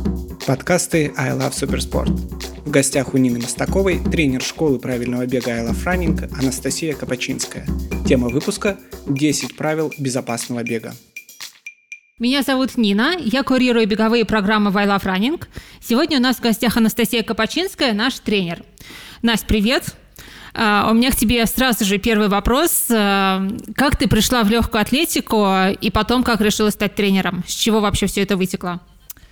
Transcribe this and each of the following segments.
Подкасты I Love Суперспорт. В гостях у Нины Мостаковой тренер школы правильного бега I Love Running Анастасия Копачинская. Тема выпуска – 10 правил безопасного бега. Меня зовут Нина, я курирую беговые программы в I Love Running. Сегодня у нас в гостях Анастасия Копачинская, наш тренер. Настя, привет! У меня к тебе сразу же первый вопрос. Как ты пришла в легкую атлетику и потом как решила стать тренером? С чего вообще все это вытекло?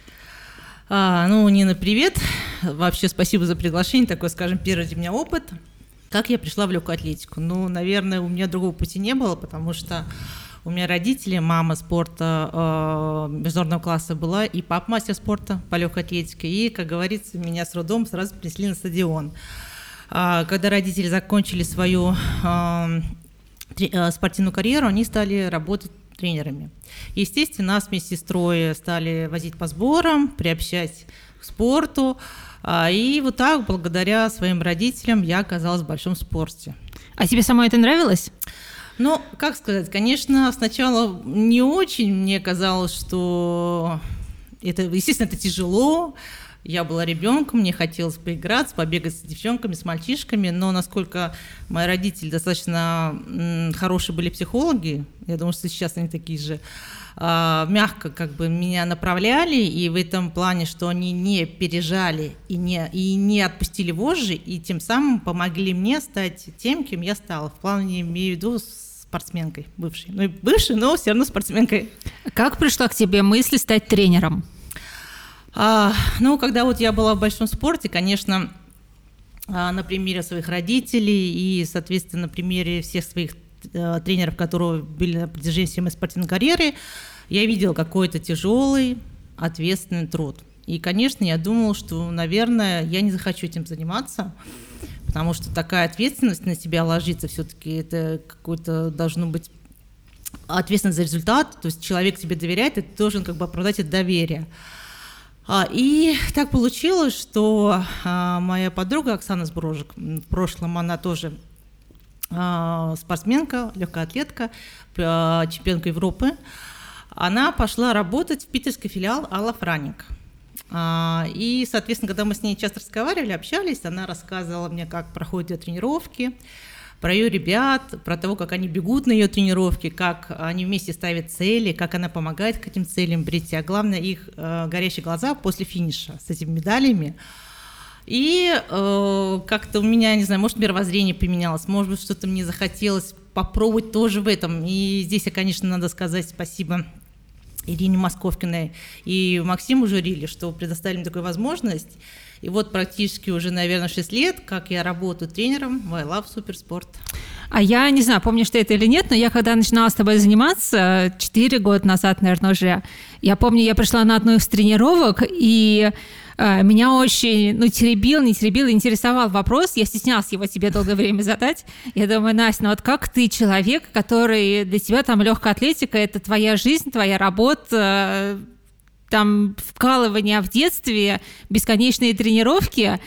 Нина, привет. Вообще спасибо за приглашение. Такой, скажем, первый для меня опыт. Как я пришла в легкую атлетику? Наверное, у меня другого пути не было, потому что у меня родители, мама спорта международного класса была, и папа мастер спорта по легкой атлетике. И, как говорится, меня с роддомом сразу принесли на стадион. Когда родители закончили свою спортивную карьеру, они стали работать тренерами. Естественно, нас вместе с сестрой стали возить по сборам, приобщать к спорту. И вот так, благодаря своим родителям, я оказалась в большом спорте. А тебе самой это нравилось? Как сказать, конечно, сначала не очень. Мне казалось, что естественно, это тяжело. Я была ребенком, мне хотелось поиграться, побегать с девчонками, с мальчишками, но насколько мои родители достаточно хорошие были психологи, я думаю, что сейчас они такие же, мягко меня направляли, и в этом плане, что они не пережали и не отпустили вожжи, и тем самым помогли мне стать тем, кем я стала. В плане, имею в виду, спортсменкой бывшей. Бывшей, но все равно спортсменкой. Как пришла к тебе мысль стать тренером? Когда я была в большом спорте, конечно, на примере своих родителей и, соответственно, на примере всех своих тренеров, которые были на протяжении всей моей спортивной карьеры, я видела какой-то тяжелый, ответственный труд. И, конечно, я думала, что, наверное, я не захочу этим заниматься, потому что такая ответственность на себя ложится, все-таки это какой-то должно быть ответственность за результат, то есть человек тебе доверяет, и ты должен оправдать это доверие. И так получилось, что моя подруга Оксана Сброжек, в прошлом она тоже спортсменка, легкая атлетка, чемпионка Европы, она пошла работать в питерский филиал I Love Running. И, соответственно, когда мы с ней часто разговаривали, общались, она рассказывала мне, как проходят ее тренировки, про ее ребят, про то, как они бегут на ее тренировки, как они вместе ставят цели, как она помогает к этим целям прийти, а главное, их горящие глаза после финиша с этими медалями. И как-то у меня, не знаю, может, мировоззрение поменялось, может быть, что-то мне захотелось попробовать тоже в этом. И здесь, конечно, надо сказать спасибо Ирине Московкиной и Максиму Журили, что предоставили мне такую возможность. И вот практически уже, наверное, 6 лет, как я работаю тренером в I Love Суперспорт. А я не знаю, помнишь ты это или нет, но я когда начинала с тобой заниматься, 4 года назад, наверное, уже, я помню, я пришла на одну из тренировок, и меня очень, интересовал вопрос, я стеснялась его тебе долгое время задать. Я думаю, Настя, как ты человек, который для тебя легкая атлетика, это твоя жизнь, твоя работа, вкалывание в детстве, бесконечные тренировки,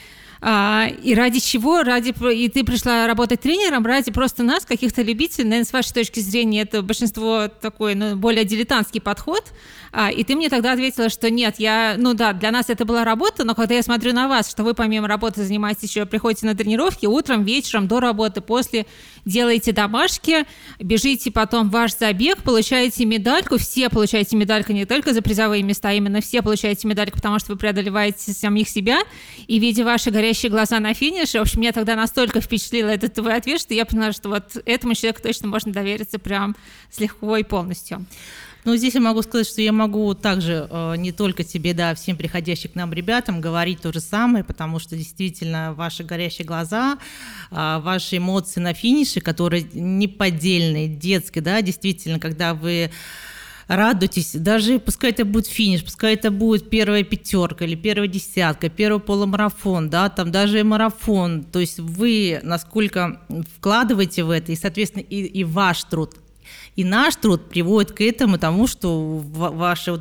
и ради чего? И ты пришла работать тренером ради просто нас, каких-то любителей. Наверное, с вашей точки зрения, это большинство такой, более дилетантский подход. И ты мне тогда ответила, что нет, для нас это была работа, но когда я смотрю на вас, что вы помимо работы занимаетесь еще, приходите на тренировки утром, вечером, до работы, после, делаете домашки, бежите потом ваш забег, получаете медальку, все получаете медальку не только за призовые места, именно все получаете медальку, потому что вы преодолеваете самих себя, и видя ваши горящие глаза на финише, в общем, меня тогда настолько впечатлил этот твой ответ, что я поняла, что этому человеку точно можно довериться прям с легко и полностью. Здесь я могу сказать, что я могу также не только тебе, всем приходящим к нам ребятам говорить то же самое, потому что действительно ваши горящие глаза, ваши эмоции на финише, которые неподдельные, детские, действительно, когда вы радуйтесь, даже пускай это будет финиш, пускай это будет первая пятерка или первая десятка, первый полумарафон, даже марафон, то есть вы насколько вкладываете в это, и, соответственно, и ваш труд, и наш труд приводит к этому, тому, что ваше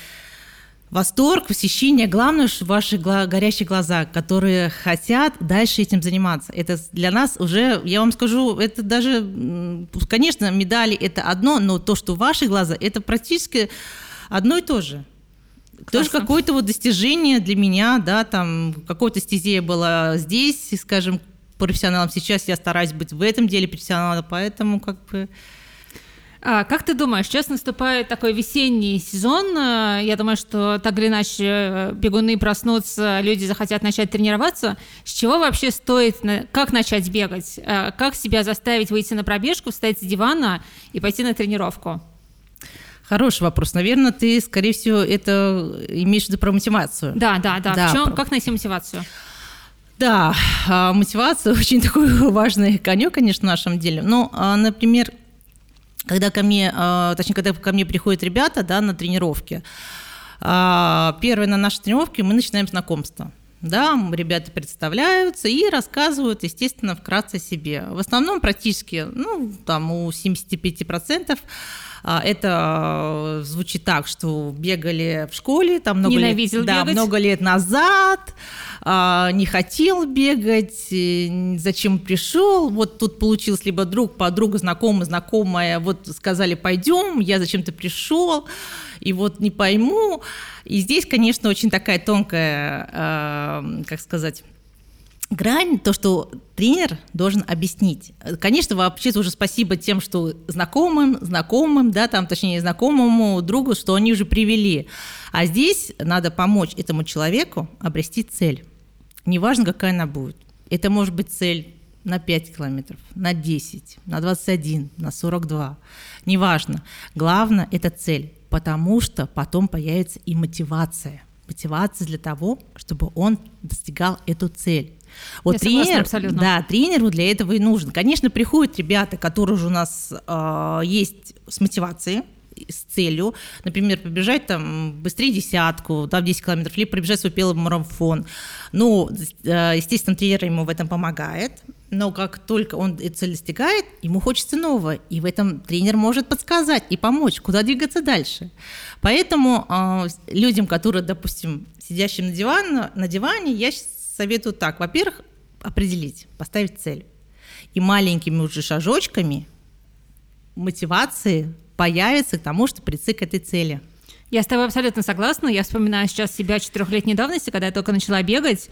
восторг, восхищение, главное, что ваши горящие глаза, которые хотят дальше этим заниматься. Это для нас уже, я вам скажу, это даже, конечно, медали это одно, но то, что ваши глаза, это практически одно и то же. Тоже какое-то вот достижение для меня, да, там какое-то стезя было здесь, скажем, профессионалом. Сейчас я стараюсь быть в этом деле профессионалом, поэтому как бы... Как ты думаешь, сейчас наступает такой весенний сезон, я думаю, что так или иначе бегуны проснутся, люди захотят начать тренироваться. С чего вообще стоит, как начать бегать? Как себя заставить выйти на пробежку, встать с дивана и пойти на тренировку? Хороший вопрос. Наверное, ты, скорее всего, это имеешь в виду про мотивацию. Да. Как найти мотивацию? Да, мотивация очень такой важный конек, конечно, в нашем деле. Ну, например, когда ко мне приходят ребята, да, на тренировки, первое на нашей тренировке мы начинаем знакомство. Да, ребята представляются и рассказывают, естественно, вкратце о себе. В основном практически, там у 75% это звучит так, что бегали в школе, там много лет назад, не хотел бегать, зачем пришел, вот тут получилось либо друг, подруга, знакомая, вот сказали пойдем, я зачем-то пришел, и вот не пойму. И здесь, конечно, очень такая тонкая, грань, то, что тренер должен объяснить. Конечно, вообще уже спасибо тем, что знакомым, да, там, точнее, знакомому другу, что они уже привели. А здесь надо помочь этому человеку обрести цель. Неважно, какая она будет. Это может быть цель на 5 километров, на 10, на 21, на 42. Неважно. Главное – это цель, потому что потом появится и мотивация. Мотивация для того, чтобы он достигал эту цель. Вот тренер вот для этого и нужен. Конечно, приходят ребята, которые уже у нас есть с мотивацией, с целью, например, побежать там быстрее десятку, да, в 10 километров, либо пробежать свой первый марафон. Ну, естественно, тренер ему в этом помогает, но как только он эту цель достигает, ему хочется нового, и в этом тренер может подсказать и помочь, куда двигаться дальше. Поэтому людям, которые, допустим, сидящим на диване, я советую так. Во-первых, определить, поставить цель. И маленькими уже шажочками мотивации появится к тому, что прийти к этой цели. Я с тобой абсолютно согласна. Я вспоминаю сейчас себя 4-летней давности, когда я только начала бегать.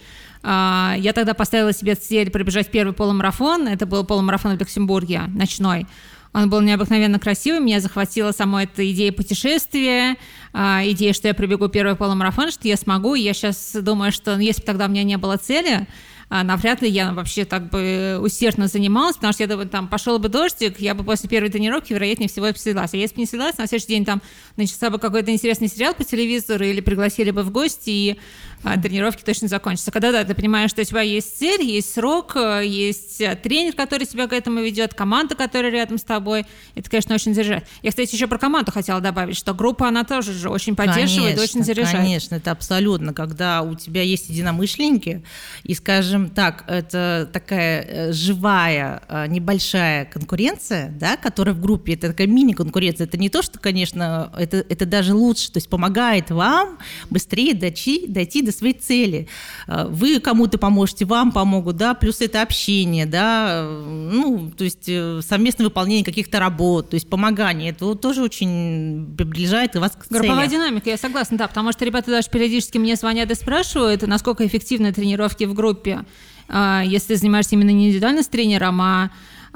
Я тогда поставила себе цель пробежать первый полумарафон. Это был полумарафон в Люксембурге, ночной. Он был необыкновенно красивый, меня захватила сама эта идея путешествия, идея, что я пробегу первый полумарафон, что я смогу. И я сейчас думаю, что если бы тогда у меня не было цели, навряд ли я вообще так бы усердно занималась, потому что я думаю, там пошел бы дождик, я бы после первой тренировки, вероятнее всего, и слилась. А если бы не слилась, на следующий день там начался бы какой-то интересный сериал по телевизору или пригласили бы в гости, и тренировки точно закончатся. Когда ты понимаешь, что у тебя есть цель, есть срок, есть тренер, который тебя к этому ведет, команда, которая рядом с тобой, это, конечно, очень заряжает. Я, кстати, еще про команду хотела добавить, что группа, она тоже же очень поддерживает, очень заряжает. Конечно, это абсолютно, когда у тебя есть единомышленники, и, скажем так, это такая живая, небольшая конкуренция, да, которая в группе, это такая мини-конкуренция, это не то, что, конечно, это даже лучше, то есть помогает вам быстрее дойти до своей цели. Вы кому-то поможете, вам помогут, да, плюс это общение, да, то есть совместное выполнение каких-то работ, то есть помогание, это тоже очень приближает вас к цели. Групповая динамика, я согласна, да, потому что ребята даже периодически мне звонят и спрашивают, насколько эффективны тренировки в группе, если ты занимаешься именно не индивидуально с тренером,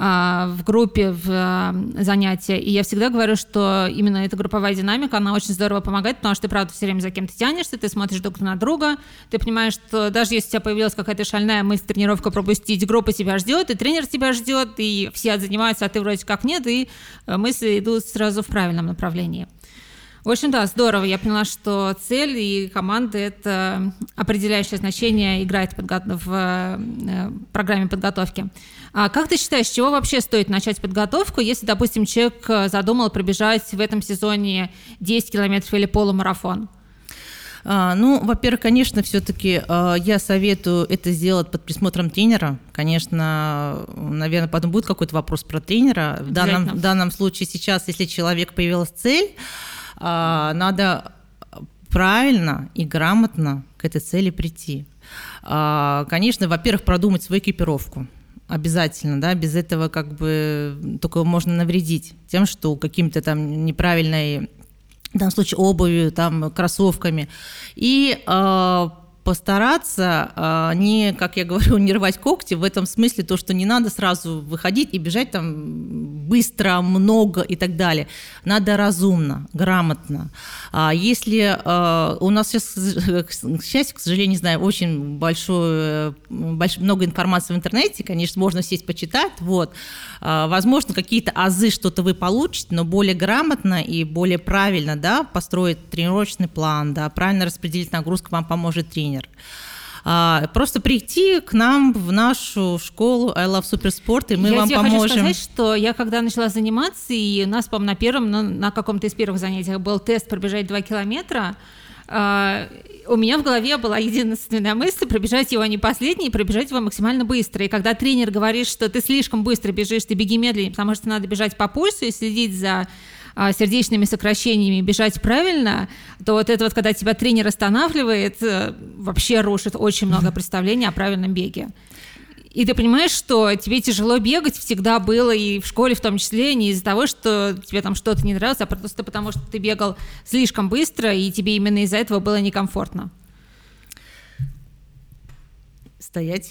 в группе, в занятия. И я всегда говорю, что именно эта групповая динамика, она очень здорово помогает, потому что ты, правда, все время за кем-то тянешься, ты смотришь друг на друга, ты понимаешь, что даже если у тебя появилась какая-то шальная мысль тренировку пропустить, группа тебя ждет, и тренер тебя ждет, и все занимаются, а ты вроде как нет, и мысли идут сразу в правильном направлении. В общем, да, здорово. Я поняла, что цель и команда – это определяющее значение играет в программе подготовки. А как ты считаешь, с чего вообще стоит начать подготовку, если, допустим, человек задумал пробежать в этом сезоне 10 километров или полумарафон? Во-первых, конечно, все-таки я советую это сделать под присмотром тренера. Конечно, наверное, потом будет какой-то вопрос про тренера. В данном случае сейчас, если человек появилась цель, надо правильно и грамотно к этой цели прийти. Конечно, во-первых, продумать свою экипировку. Обязательно, да, без этого как бы только можно навредить тем, что каким-то там неправильной в данном случае обувью, там, кроссовками, и постараться не, как я говорю, не рвать когти, в этом смысле то, что не надо сразу выходить и бежать там быстро, много и так далее. Надо разумно, грамотно. Если у нас сейчас, к счастью, к сожалению, не знаю, очень много информации в интернете, конечно, можно сесть почитать, вот. Возможно, какие-то азы, что-то вы получите, но более грамотно и более правильно, да, построить тренировочный план, да, правильно распределить нагрузку вам поможет тренер. Просто прийти к нам в нашу школу I Love Суперспорт, и мы вам поможем. Я хочу сказать, что я когда начала заниматься, и у нас, по-моему, на первом, на каком-то из первых занятий был тест пробежать 2 километра, у меня в голове была единственная мысль пробежать его не последний, пробежать его максимально быстро. И когда тренер говорит, что ты слишком быстро бежишь, ты беги медленнее, потому что надо бежать по пульсу и следить за сердечными сокращениями, бежать правильно, то вот это вот, когда тебя тренер останавливает, вообще рушит очень много представлений о правильном беге. И ты понимаешь, что тебе тяжело бегать всегда было, и в школе в том числе, не из-за того, что тебе там что-то не нравилось, а просто потому, что ты бегал слишком быстро, и тебе именно из-за этого было некомфортно. Стоять.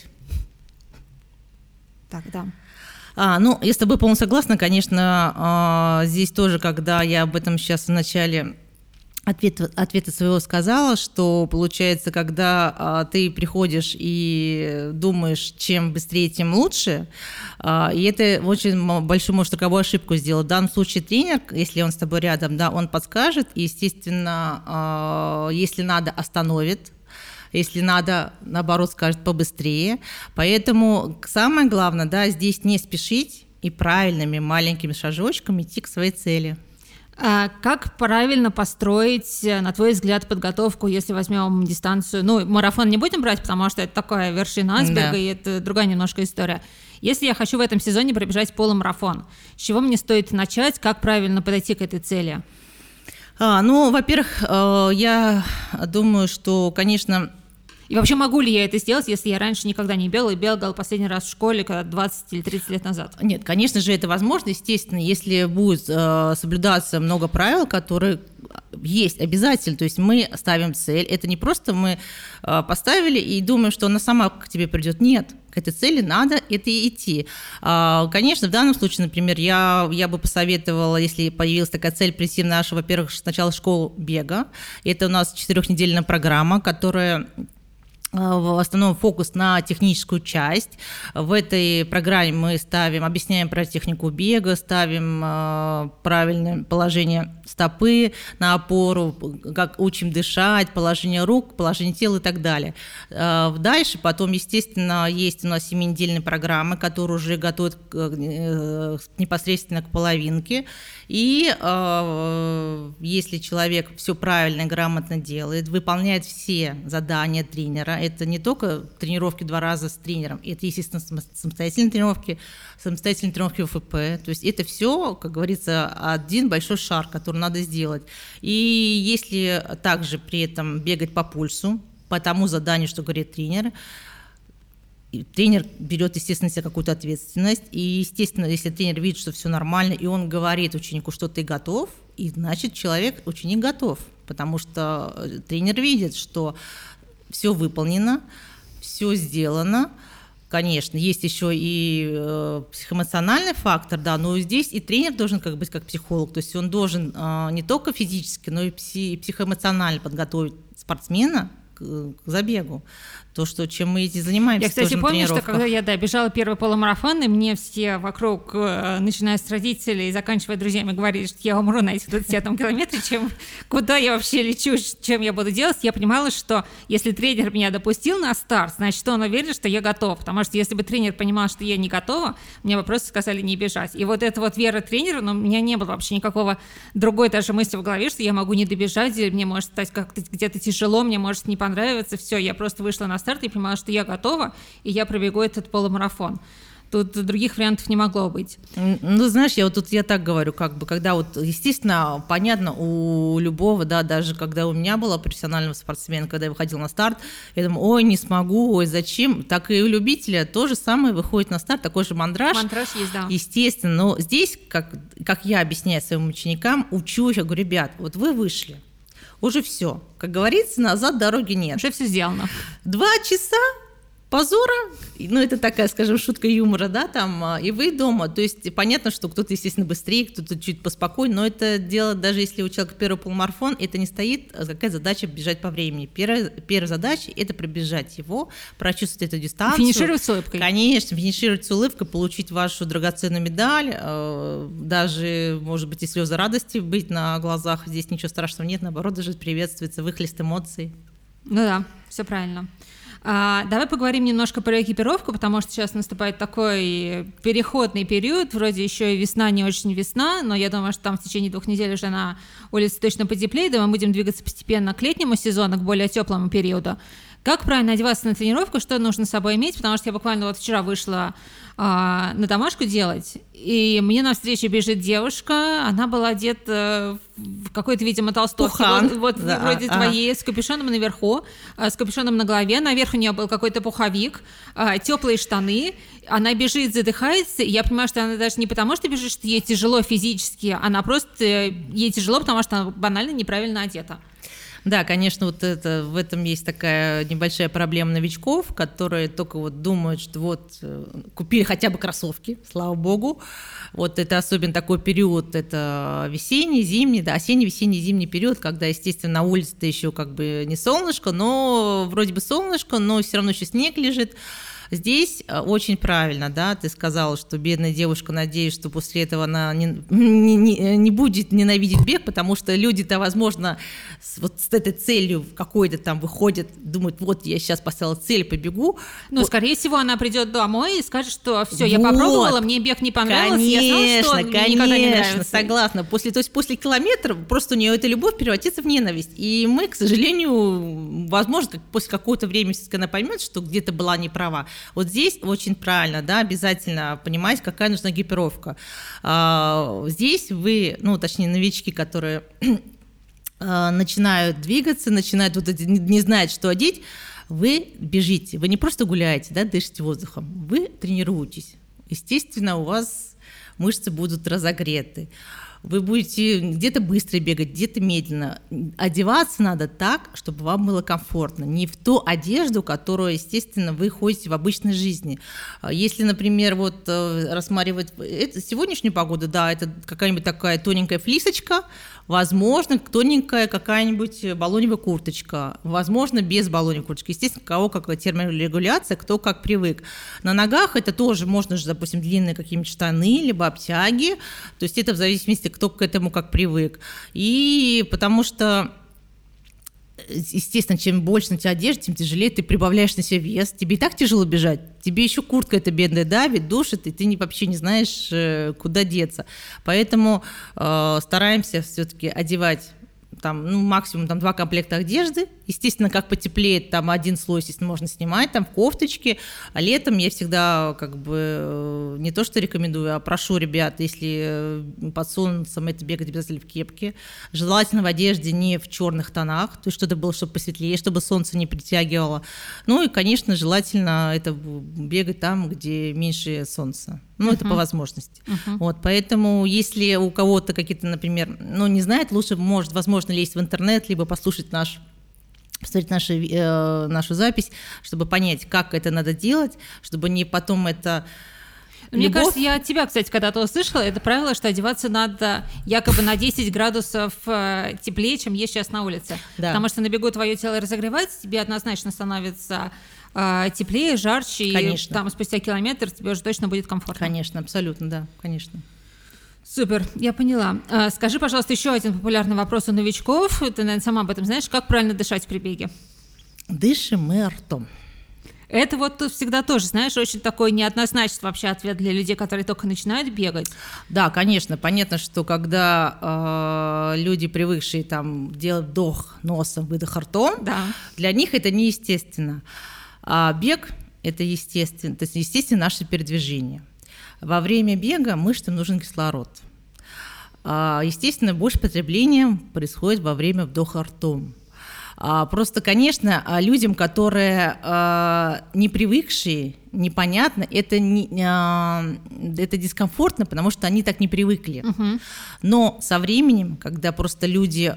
Так, да. Ну, я с тобой полностью согласна, конечно, здесь тоже, когда я об этом сейчас в начале ответа своего сказала, что получается, когда ты приходишь и думаешь, чем быстрее, тем лучше, и это очень большую, может, роковую ошибку сделать. В данном случае тренер, если он с тобой рядом, да, он подскажет, и, естественно, если надо, остановит, если надо, наоборот, скажет побыстрее. Поэтому самое главное, да, здесь не спешить и правильными маленькими шажочками идти к своей цели. Как правильно построить, на твой взгляд, подготовку, если возьмем дистанцию? Ну, марафон не будем брать, потому что это такая вершина айсберга, да. И это другая немножко история. Если я хочу в этом сезоне пробежать полумарафон, с чего мне стоит начать, как правильно подойти к этой цели? Ну, во-первых, я думаю, что, конечно... И вообще, могу ли я это сделать, если я раньше никогда не бегала и бегала последний раз в школе 20 или 30 лет назад? Нет, конечно же, это возможно, естественно, если будет соблюдаться много правил, которые есть обязательно. То есть мы ставим цель, это не просто мы поставили и думаем, что она сама к тебе придет. Нет, к этой цели надо это и идти. Конечно, в данном случае, например, я бы посоветовала, если появилась такая цель, прийти в нашу, во-первых, сначала школу бега. Это у нас 4-недельная программа, которая... в основном фокус на техническую часть. В этой программе мы объясняем про технику бега, ставим правильное положение стопы на опору, как учим дышать, положение рук, положение тела и так далее. Дальше потом, естественно, есть у нас 7-недельные программы, которые уже готовят непосредственно к половинке. И если человек все правильно и грамотно делает, выполняет все задания тренера, это не только тренировки 2 раза с тренером, это, естественно, самостоятельные тренировки ВФП, то есть это все, как говорится, один большой шар, который надо сделать. И если также при этом бегать по пульсу, по тому заданию, что говорит тренер берет, естественно, на себя какую-то ответственность, и, естественно, если тренер видит, что все нормально, и он говорит ученику, что ты готов, и значит, ученик готов, потому что тренер видит, что все выполнено, все сделано. Конечно, есть еще и психоэмоциональный фактор, да, но здесь и тренер должен быть как психолог, то есть он должен не только физически, но и психоэмоционально подготовить спортсмена к забегу. То, чем мы этим занимаемся. Я, кстати, помню, что когда я бежала первый полумарафон, и мне все вокруг, начиная с родителей и заканчивая друзьями, говорили, что я умру на этих 20-м километре, куда я вообще лечу, чем я буду делать, я понимала, что если тренер меня допустил на старт, значит, он уверен, что я готова, потому что если бы тренер понимал, что я не готова, мне бы просто сказали не бежать. И вот эта вот вера тренера, но у меня не было вообще никакого другой даже мысли в голове, что я могу не добежать, или мне может стать как-то где-то тяжело, мне может не понравиться, все, я просто вышла на старт и понимала, что я готова, и я пробегу этот полумарафон. Тут других вариантов не могло быть. Ну, знаешь, я так говорю, как бы, когда вот, естественно, понятно, у любого, да, даже когда у меня была профессионального спортсмена, когда я выходила на старт, я думаю, ой, не смогу, ой, зачем? Так и у любителя то же самое выходит на старт, такой же мандраж. Мандраж есть, да. Естественно, но здесь, как я объясняю своим ученикам, учу, я говорю, ребят, вот вы вышли, уже все, как говорится, назад дороги нет. Уже все сделано. 2 часа позора, ну, это такая, скажем, шутка юмора, да, там, и вы дома. То есть понятно, что кто-то, естественно, быстрее, кто-то чуть поспокойнее, но это дело, даже если у человека первый полумарафон, это не стоит, какая задача бежать по времени. Первая задача – это пробежать его, прочувствовать эту дистанцию. Финишировать с улыбкой. Конечно, финишировать с улыбкой, получить вашу драгоценную медаль, даже, может быть, и слезы радости быть на глазах. Здесь ничего страшного нет, наоборот, даже приветствуется выхлест эмоций. Ну да, все правильно. Давай поговорим немножко про экипировку, потому что сейчас наступает такой переходный период, вроде еще и весна, не очень весна, но я думаю, что там в течение 2 недель уже на улице точно потеплеет, и мы будем двигаться постепенно к летнему сезону, к более теплому периоду. Как правильно одеваться на тренировку, что нужно с собой иметь, потому что я буквально вот вчера вышла на домашку делать, и мне навстречу бежит девушка, она была одета в какой-то, видимо, толстовке, вот да, вроде твоей, с капюшоном наверху, с капюшоном на голове, наверх у нее был какой-то пуховик, теплые штаны, она бежит, задыхается, и я понимаю, что она даже не потому, что бежит, что ей тяжело физически, она просто, ей тяжело, потому что она банально неправильно одета. Да, конечно, вот в этом есть такая небольшая проблема новичков, которые только вот думают, что вот купили хотя бы кроссовки, слава богу. Вот это особенно такой период, это весенний, зимний, да, осенний, весенний, зимний период, когда, естественно, на улице-то еще как бы не солнышко, но вроде бы солнышко, но все равно еще снег лежит. Здесь очень правильно, да, ты сказала, что бедная девушка, надеюсь, что после этого она не будет ненавидеть бег, потому что люди-то, возможно, вот с этой целью какой-то там выходят, думают, вот я сейчас поставила цель, побегу. Ну, скорее всего, она придет домой и скажет, что все, я попробовала, мне бег не понравился, конечно, я знала, что мне никогда не нравится. Согласна. То есть после километра просто у нее эта любовь превратится в ненависть. И мы, к сожалению, возможно, после какого-то времени все-таки она поймет, что где-то была неправа. Вот здесь очень правильно, да, обязательно понимать, какая нужна экипировка. Здесь вы, ну, точнее, новички, которые начинают двигаться, начинают вот не знать, что одеть, вы бежите, вы не просто гуляете, да, дышите воздухом, вы тренируетесь. Естественно, у вас мышцы будут разогреты. Вы будете где-то быстро бегать, где-то медленно. Одеваться надо так, чтобы вам было комфортно. Не в ту одежду, которую, естественно, вы ходите в обычной жизни. Если, например, вот рассматривать сегодняшнюю погоду, да, это какая-нибудь такая тоненькая флисочка, возможно, тоненькая какая-нибудь баллоневая курточка, возможно, без баллоневой курточки. Естественно, у кого какая терморегуляция, кто как привык. На ногах это тоже можно же, допустим, длинные какие-нибудь штаны, либо обтяги. То есть это в зависимости, кто к этому как привык. И потому что, естественно, чем больше на тебя одежды, тем тяжелее ты прибавляешь на себя вес. Тебе и так тяжело бежать. Тебе еще куртка эта бедная давит, душит, и ты вообще не знаешь, куда деться. Поэтому стараемся все-таки одевать там, ну, максимум там 2 комплекта одежды. Естественно, как потеплеет, там 1 слой, естественно, можно снимать, там в кофточке. А летом я всегда как бы не то что рекомендую, а прошу ребят, если под солнцем это бегать обязательно в кепке. Желательно в одежде не в черных тонах, то есть что-то было, чтобы посветлее, чтобы солнце не притягивало. Ну и, конечно, желательно это бегать там, где меньше солнца. Ну, это по возможности. Вот, поэтому, если у кого-то какие-то, например, ну, не знает, лучше, может, возможно, лезть в интернет, либо послушать посмотреть нашу запись, чтобы понять, как это надо делать, чтобы не потом это... Мне кажется, я от тебя, кстати, когда-то услышала это правило, что одеваться надо якобы на 10 градусов теплее, чем есть сейчас на улице. Да. Потому что на бегу твое тело разогревается, тебе однозначно становится теплее, жарче, конечно. И там спустя километр тебе уже точно будет комфортно. Конечно, абсолютно, да, конечно. Супер, я поняла. Скажи, пожалуйста, еще один популярный вопрос у новичков. Ты, наверное, сама об этом знаешь. Как правильно дышать при беге? Дышим мы ртом. Это вот всегда тоже, знаешь, очень такой неоднозначный вообще ответ для людей, которые только начинают бегать. Да, конечно. Понятно, что когда люди, привыкшие там делать вдох носом, выдох ртом, да. Для них это неестественно. А бег – это естественно, то есть естественно наше передвижение. Во время бега мышцам нужен кислород. Естественно, больше потребления происходит во время вдоха ртом. Просто, конечно, людям, которые не привыкшие, непонятно, это дискомфортно, потому что они так не привыкли. Но со временем, когда просто люди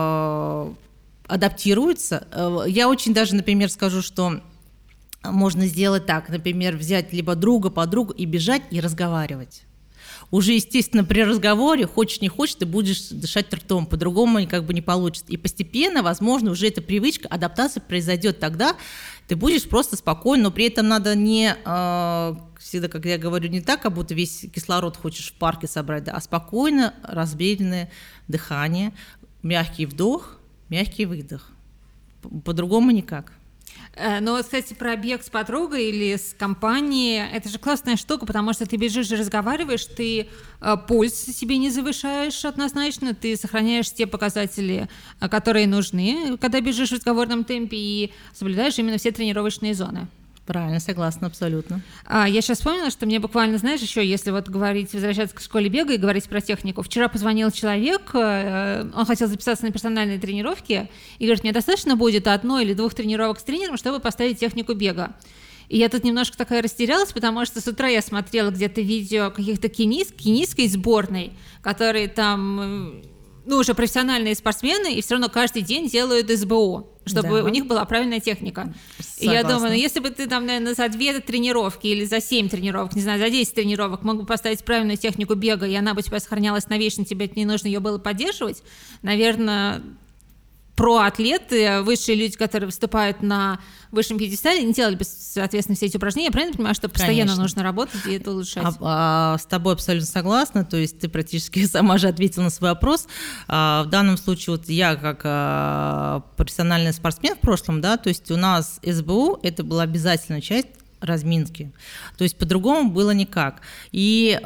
адаптируются, я очень даже, например, скажу, что можно сделать так, например, взять либо друга, подругу и бежать, и разговаривать. Уже, естественно, при разговоре, хочешь не хочешь, ты будешь дышать ртом, по-другому как бы не получится. И постепенно, возможно, уже эта привычка, адаптация произойдет тогда, ты будешь просто спокойно, но при этом надо не, всегда, как я говорю, не так, как будто весь кислород хочешь в парке собрать, да, а спокойно, размеренное дыхание, мягкий вдох, мягкий выдох. По-другому никак. Но, кстати, про бег с подругой или с компанией, это же классная штука, потому что ты бежишь и разговариваешь, ты пульс себе не завышаешь однозначно, ты сохраняешь те показатели, которые нужны, когда бежишь в разговорном темпе, и соблюдаешь именно все тренировочные зоны. Правильно, согласна, абсолютно. Я сейчас вспомнила, что мне буквально, знаешь, еще, если вот говорить, возвращаться к школе бега и говорить про технику. Вчера позвонил человек, он хотел записаться на персональные тренировки, и говорит, мне достаточно будет 1 или 2 тренировок с тренером, чтобы поставить технику бега. И я тут немножко такая растерялась, потому что с утра я смотрела где-то видео каких-то кенийской сборной, которые там... уже профессиональные спортсмены, и все равно каждый день делают СБО, чтобы у них была правильная техника. Согласна. И я думаю, если бы ты там, наверное, за 2 тренировки или за 7 тренировок, не знаю, за 10 тренировок мог бы поставить правильную технику бега, и она бы у тебя сохранялась навечно, тебе не нужно ее было поддерживать, наверное... Проатлеты, высшие люди, которые выступают на высшем пьедестале, не делали бы, соответственно, все эти упражнения. Я правильно понимаю, что постоянно нужно работать и это улучшать? С тобой абсолютно согласна. То есть ты практически сама же ответила на свой вопрос. В данном случае вот я как профессиональный спортсмен в прошлом, да, то есть у нас СБУ это была обязательная часть разминки. То есть по-другому было никак. И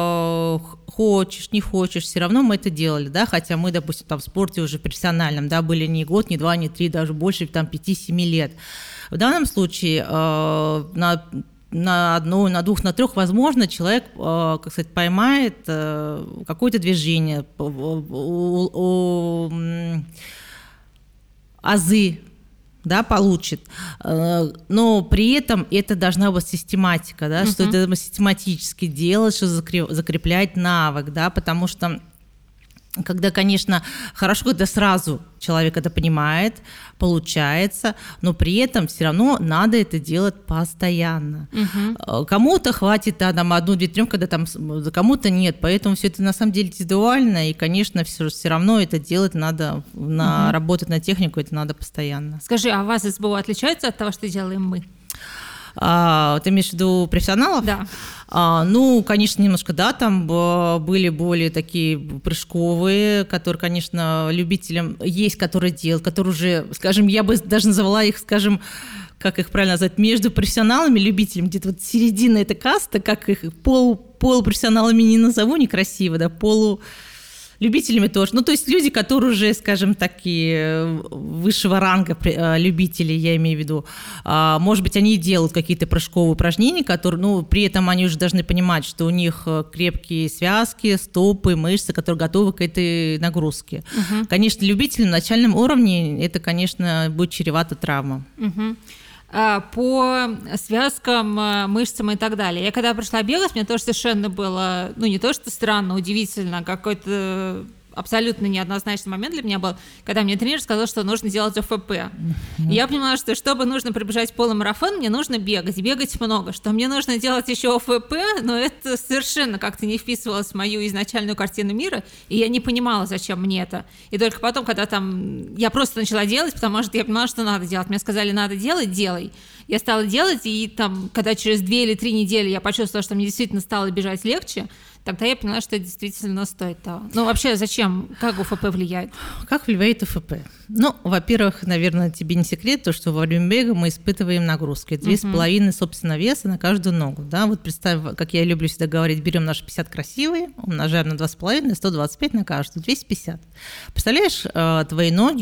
хочешь, не хочешь, все равно мы это делали, да, хотя мы, допустим, там в спорте уже профессиональном, да, были не год, не 2, не 3, даже больше, там, 5-7 лет. В данном случае на 1, на 2, на 3, возможно, человек, как сказать, поймает какое-то движение, азы, да, получит, но при этом это должна быть систематика, да, что это систематически делать, что закреплять навык, да, потому что когда, конечно, хорошо, когда сразу человек это понимает, получается, но при этом все равно надо это делать постоянно. Кому-то хватит, да, там 1, 2, 3, когда там кому-то нет, поэтому все это на самом деле индивидуально, и, конечно, все равно это делать надо, работать на технику, это надо постоянно. Скажи, а у вас СБО отличается от того, что делаем мы? Ты имеешь в виду профессионалов? Да. Ну, конечно, немножко, да, там были более такие прыжковые, которые, конечно, любителям есть, которые делают, которые уже, скажем, я бы даже назвала их, скажем, как их правильно назвать, между профессионалами и любителями, где-то вот середина эта каста, как их полупрофессионалами не назову, некрасиво, да, любителями тоже. Ну, то есть люди, которые уже, скажем, такие высшего ранга любители, я имею в виду, может быть, они делают какие-то прыжковые упражнения, которые, ну, при этом они уже должны понимать, что у них крепкие связки, стопы, мышцы, которые готовы к этой нагрузке. Конечно, любителям на начальном уровне это, конечно, будет чревато травмам. По связкам, мышцам и так далее. Я когда пришла бегать, мне тоже совершенно было, ну, не то что странно, удивительно, какой-то абсолютно неоднозначный момент для меня был, когда мне тренер сказал, что нужно делать ОФП. И я поняла, что чтобы нужно пробежать полумарафон, мне нужно бегать много, что мне нужно делать еще ОФП, но это совершенно как-то не вписывалось в мою изначальную картину мира, и я не понимала, зачем мне это. И только потом, когда там я просто начала делать, потому что я поняла, что надо делать. Мне сказали, надо делать, делай. Я стала делать, и там, когда через 2 или 3 недели я почувствовала, что мне действительно стало бежать легче, тогда я поняла, что это действительно стоит того. Ну, вообще, зачем? Как ОФП влияет? Как влияет ОФП? Ну, во-первых, наверное, тебе не секрет, то, что во время бега мы испытываем нагрузки. 2,5, собственно, веса на каждую ногу. Да? Вот представь, как я люблю всегда говорить, берем наши 50 красивые, умножаем на 2,5, 125 на каждую, 250. Представляешь, твои ноги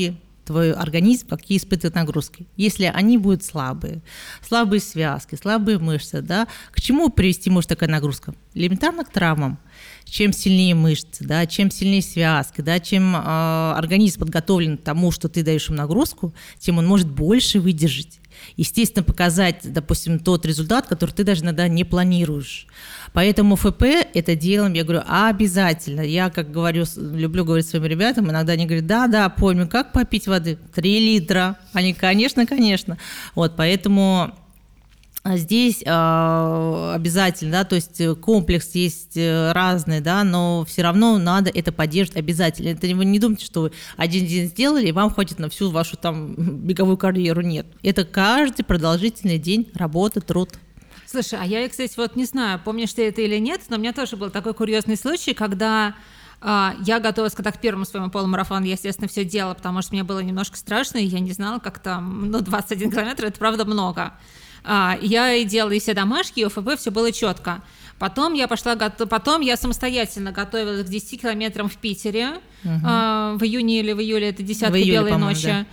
твой организм, какие испытывает нагрузки. Если они будут слабые связки, слабые мышцы, да, к чему привести может такая нагрузка? Элементарно к травмам. Чем сильнее мышцы, да, чем сильнее связки, да, чем организм подготовлен к тому, что ты даешь ему нагрузку, тем он может больше выдержать. Естественно, показать, допустим, тот результат, который ты даже иногда не планируешь. Поэтому ФП это делаем, я говорю, обязательно. Я, как говорю, люблю говорить своим ребятам, иногда они говорят, да, помню, как попить воды? 3 литра. Они, конечно. Вот, поэтому... Здесь обязательно, да, то есть комплекс есть разный, да, но все равно надо это поддерживать обязательно. Это вы не думайте, что вы один день сделали, и вам хватит на всю вашу там беговую карьеру. Нет. Это каждый продолжительный день работы, труд. Слушай, а я, кстати, вот не знаю, помнишь ты это или нет, но у меня тоже был такой курьезный случай, когда я готовилась к первому своему полумарафону, я, естественно, все делала, потому что мне было немножко страшно, и я не знала, как там, 21 километр, это правда много. Я и делала и все домашки, и ОФП, все было четко. Потом я самостоятельно готовилась к 10 километрам в Питере, в июне или в июле, это 10-ка белой ночи. Да.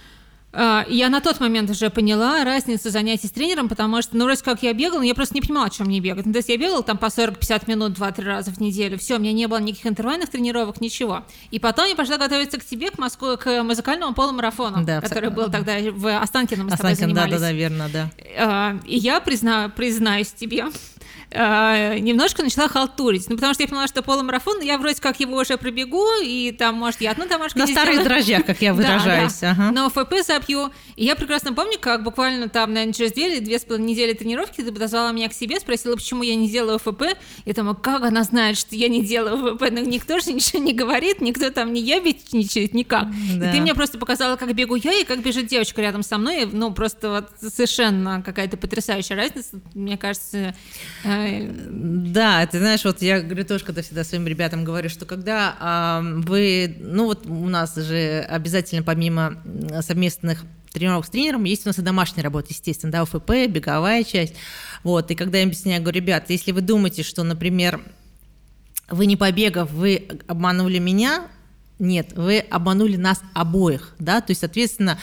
Я на тот момент уже поняла разницу занятий с тренером, потому что, вроде как я бегала, но я просто не понимала, чем мне бегать. То есть я бегала там по 40-50 минут 2-3 раза в неделю, все, у меня не было никаких интервальных тренировок, ничего. И потом я пошла готовиться к тебе, к музыкальному полумарафону, да, который был тогда в Останкино, мы с тобой занимались. Да, верно, да. И я признаюсь тебе, немножко начала халтурить, потому что я поняла, что полумарафон, я вроде как его уже пробегу, и там, может, я одну домашку на старых дрожжах, как я выражаюсь. Да. Ага. Но ФП запью. И я прекрасно помню, как буквально там, наверное, через 2 или 2,5 недели тренировки ты подозвала меня к себе, спросила, почему я не делаю ФП. Я думаю, как она знает, что я не делаю ФП? Но никто же ничего не говорит, никто там не ябедничает, никак. Да. И ты мне просто показала, как бегу я, и как бежит девочка рядом со мной. Просто вот совершенно какая-то потрясающая разница, мне кажется. Да, ты знаешь, вот я говорю тоже, когда всегда своим ребятам говорю, что когда вы, у нас же обязательно помимо совместных тренировок с тренером есть у нас и домашняя работа, естественно, да, ОФП, беговая часть, вот, и когда я им объясняю, говорю, ребята, если вы думаете, что, например, вы не побегав, вы обманули меня, нет, вы обманули нас обоих, да, то есть, соответственно,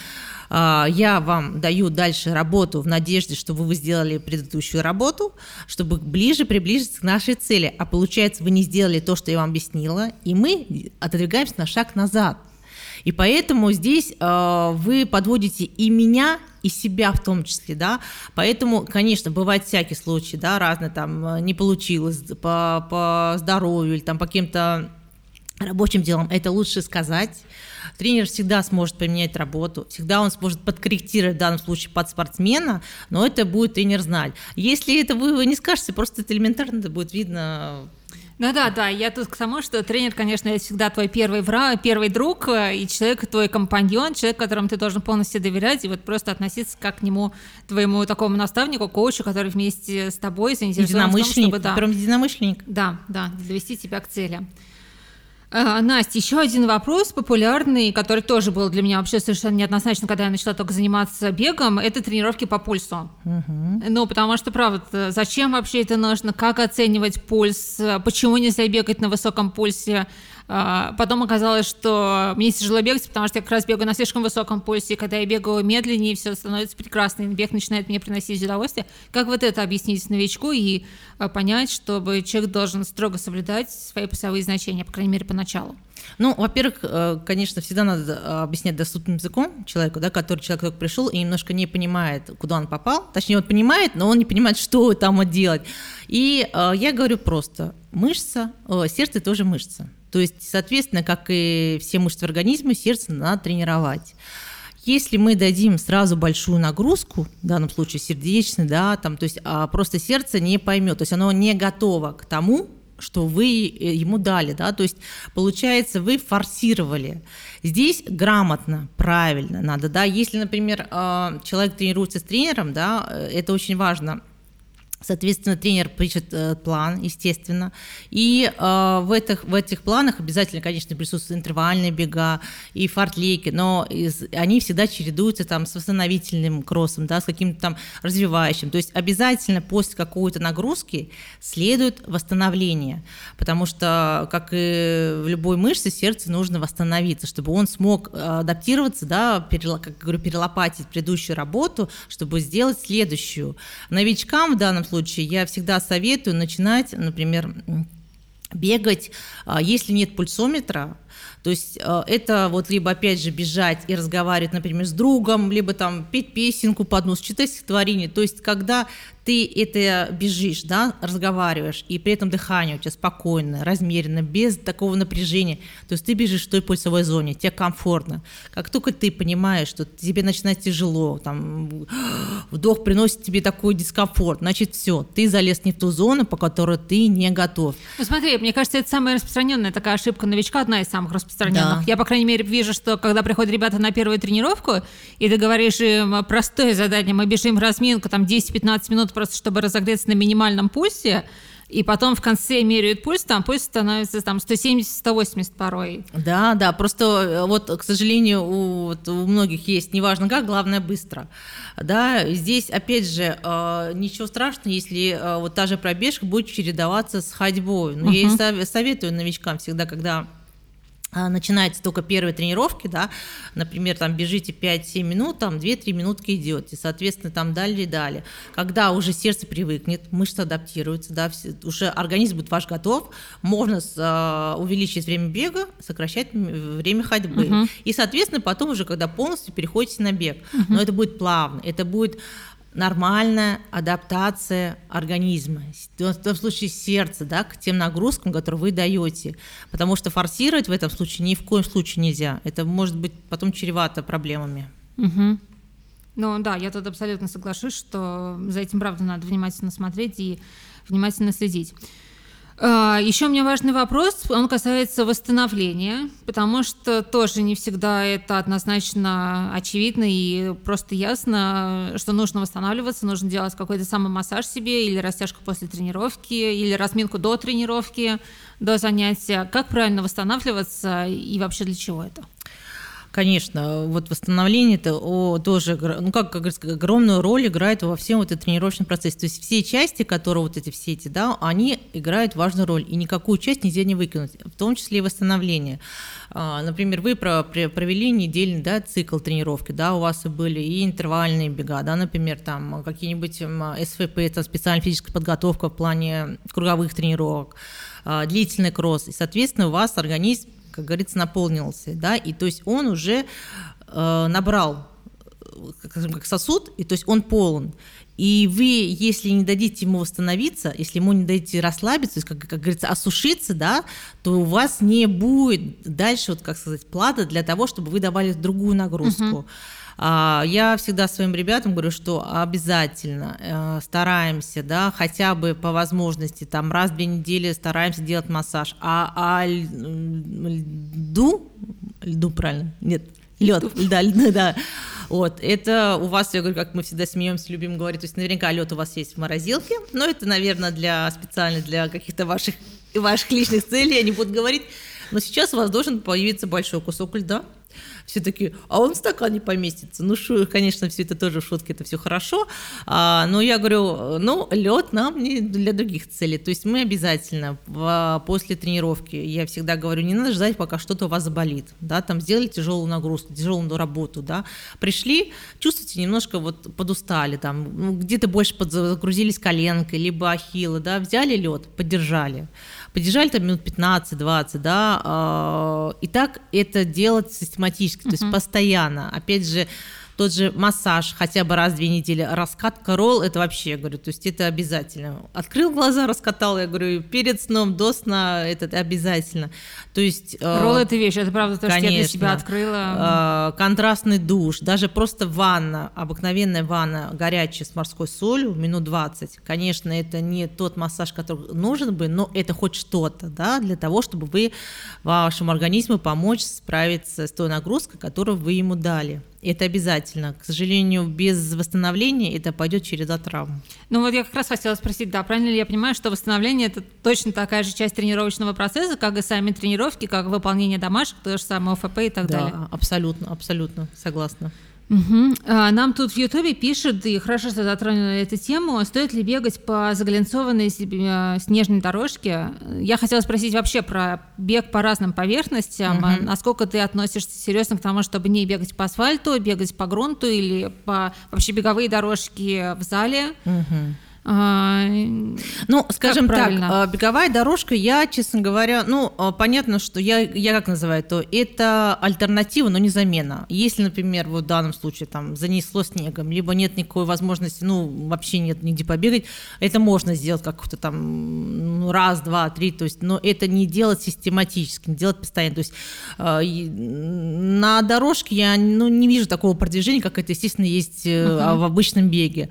я вам даю дальше работу в надежде, чтобы вы сделали предыдущую работу, чтобы ближе приблизиться к нашей цели. А получается, вы не сделали то, что я вам объяснила, и мы отодвигаемся на шаг назад. И поэтому здесь вы подводите и меня, и себя в том числе, да. Поэтому, конечно, бывают всякие случаи, да, разные, там, не получилось по здоровью или там по каким-то рабочим делом, это лучше сказать. Тренер всегда сможет поменять работу, всегда он сможет подкорректировать в данном случае под спортсмена, но это будет тренер знать. Если это вы не скажете, просто это элементарно, это будет видно. Да, я тут к тому, что тренер, конечно, это всегда твой первый друг и человек, твой компаньон, человек, которому ты должен полностью доверять и вот просто относиться как к нему, твоему такому наставнику, коучу, который вместе с тобой заинтересован в том, чтобы... Единомышленник. Да, довести тебя к цели. Настя, еще один вопрос популярный, который тоже был для меня вообще совершенно неоднозначно, когда я начала только заниматься бегом, это тренировки по пульсу. Потому что, правда, зачем вообще это нужно, как оценивать пульс, почему нельзя бегать на высоком пульсе. Потом оказалось, что мне тяжело бегать, потому что я как раз бегаю на слишком высоком пульсе, и когда я бегаю медленнее, все становится прекрасно, и бег начинает мне приносить удовольствие. Как вот это объяснить новичку и понять, чтобы человек должен строго соблюдать свои пульсовые значения, по крайней мере, поначалу? Во-первых, конечно, всегда надо объяснять доступным языком человеку, да, который человек только пришел и немножко не понимает, куда он попал. Точнее, он понимает, но он не понимает, что там делать. И я говорю просто, сердце тоже мышца. То есть, соответственно, как и все мышцы в организме, сердце надо тренировать. Если мы дадим сразу большую нагрузку, в данном случае сердечный, да, то есть просто сердце не поймет, то есть оно не готово к тому, что вы ему дали, да, то есть получается, вы форсировали. Здесь грамотно, правильно надо, да, если, например, человек тренируется с тренером, да, это очень важно. Соответственно, тренер пишет план, естественно, и в этих планах обязательно, конечно, присутствуют интервальные бега и фартлейки, но они всегда чередуются там с восстановительным кроссом, да, с каким-то там развивающим. То есть обязательно после какой-то нагрузки следует восстановление, потому что, как и в любой мышце, сердцу нужно восстановиться, чтобы он смог адаптироваться, да, как говорю, перелопатить предыдущую работу, чтобы сделать следующую. Новичкам в данном случае я всегда советую начинать, например, бегать, если нет пульсометра. То есть это вот либо опять же бежать и разговаривать, например, с другом, либо там петь песенку под нос, читать стихотворение. То есть когда ты это бежишь, да, разговариваешь, и при этом дыхание у тебя спокойно, размеренно, без такого напряжения, то есть ты бежишь в той пульсовой зоне, тебе комфортно. Как только ты понимаешь, что тебе начинает тяжело, там, вдох приносит тебе такой дискомфорт, значит, все, ты залез не в ту зону, по которой ты не готов. Ну смотри, мне кажется, это самая распространенная такая ошибка новичка, одна из самых распространенных. Да. Я, по крайней мере, вижу, что когда приходят ребята на первую тренировку, и ты говоришь им простое задание, мы бежим разминку, там 10-15 минут просто чтобы разогреться на минимальном пульсе, и потом в конце меряют пульс становится там 170-180 порой. Да, просто вот, к сожалению, у многих есть, неважно как, главное быстро. Да, здесь, опять же, ничего страшного, если вот та же пробежка будет чередоваться с ходьбой. Но я и советую новичкам всегда, когда начинаете только первые тренировки, да, например, там бежите 5-7 минут, там 2-3 минутки идете, соответственно, там далее. Когда уже сердце привыкнет, мышцы адаптируются, да, уже организм будет ваш готов, можно увеличить время бега, сокращать время ходьбы. И, соответственно, потом уже, когда полностью переходите на бег. Но это будет плавно, это будет нормальная адаптация организма, в том случае сердца, да, к тем нагрузкам, которые вы даете, потому что форсировать в этом случае ни в коем случае нельзя, это может быть потом чревато проблемами. Ну да, я тут абсолютно соглашусь, что за этим, правда, надо внимательно смотреть и внимательно следить. Еще у меня важный вопрос, он касается восстановления, потому что тоже не всегда это однозначно очевидно и просто ясно, что нужно восстанавливаться, нужно делать какой-то самомассаж себе или растяжку после тренировки, или разминку до тренировки, до занятия. Как правильно восстанавливаться и вообще для чего это? Конечно, вот восстановление это тоже, как говорится, огромную роль играет во всем вот этом тренировочном процессе. То есть все части, которые вот все эти, да, они играют важную роль, и никакую часть нельзя не выкинуть, в том числе и восстановление. Например, вы провели недельный, да, цикл тренировки, да, у вас и были и интервальные бега, да, например, там какие-нибудь СФП, там, специальная физическая подготовка в плане круговых тренировок, длительный кросс, и, соответственно, у вас организм, как говорится, наполнился, да, и то есть он уже набрал, как сосуд, и то есть он полон. И вы, если не дадите ему восстановиться, если ему не дадите расслабиться, то есть, как говорится, осушиться, да, то у вас не будет дальше, вот, как сказать, плата для того, чтобы вы давали другую нагрузку. Я всегда своим ребятам говорю, что обязательно стараемся, да, хотя бы по возможности, там, раз в 2 недели стараемся делать массаж. Льду, правильно? Нет, лед, да. Вот, это у вас, я говорю, как мы всегда смеемся, любим говорить, то есть наверняка лед у вас есть в морозилке, но это, наверное, специально для каких-то ваших личных целей, я не буду говорить, но сейчас у вас должен появиться большой кусок льда. Все такие, а он в стакан не поместится. Ну, конечно, все это тоже в шутке, это все хорошо. Но я говорю, лед нам не для других целей. То есть мы обязательно после тренировки, я всегда говорю, не надо ждать, пока что-то у вас заболит. Да, там сделали тяжелую нагрузку, тяжелую работу, да. Пришли, чувствуете, немножко вот подустали, там, где-то больше загрузились коленкой, либо ахиллы, да, взяли лед, подержали там минут 15-20, да, и так это делать систематически, то есть постоянно. Опять же, тот же массаж хотя бы раз в 2 недели, раскатка ролл, это вообще, я говорю, то есть это обязательно. Открыл глаза, раскатал, я говорю, перед сном, до сна, это обязательно. То есть... Ролл – это вещь, это правда то, конечно, что я для себя открыла. Контрастный душ, даже просто ванна, обыкновенная ванна, горячая с морской солью, минут 20. Конечно, это не тот массаж, который нужен бы, но это хоть что-то, да, для того, чтобы вы вашему организму помочь справиться с той нагрузкой, которую вы ему дали. Это обязательно. К сожалению, без восстановления это пойдет череда травм. Ну вот я как раз хотела спросить, да, правильно ли я понимаю, что восстановление – это точно такая же часть тренировочного процесса, как и сами тренировки, как выполнение домашек, то же самое ОФП и так далее? Да, абсолютно, согласна. Угу. Нам тут в Ютубе пишут, и хорошо, что затронули эту тему, стоит ли бегать по заглинцованной снежной дорожке. Я хотела спросить вообще про бег по разным поверхностям. Насколько ты относишься серьезно к тому, чтобы не бегать по асфальту, бегать по грунту или по вообще беговые дорожки в зале? Ну, скажем так, беговая дорожка, я, честно говоря, понятно, что я как называю то, это альтернатива, но не замена. Если, например, вот в данном случае там занесло снегом, либо нет никакой возможности, вообще нет нигде побегать, это можно сделать как-то там раз, два, три, то есть, но это не делать систематически, не делать постоянно. То есть на дорожке я не вижу такого продвижения, как это, естественно, есть в обычном беге.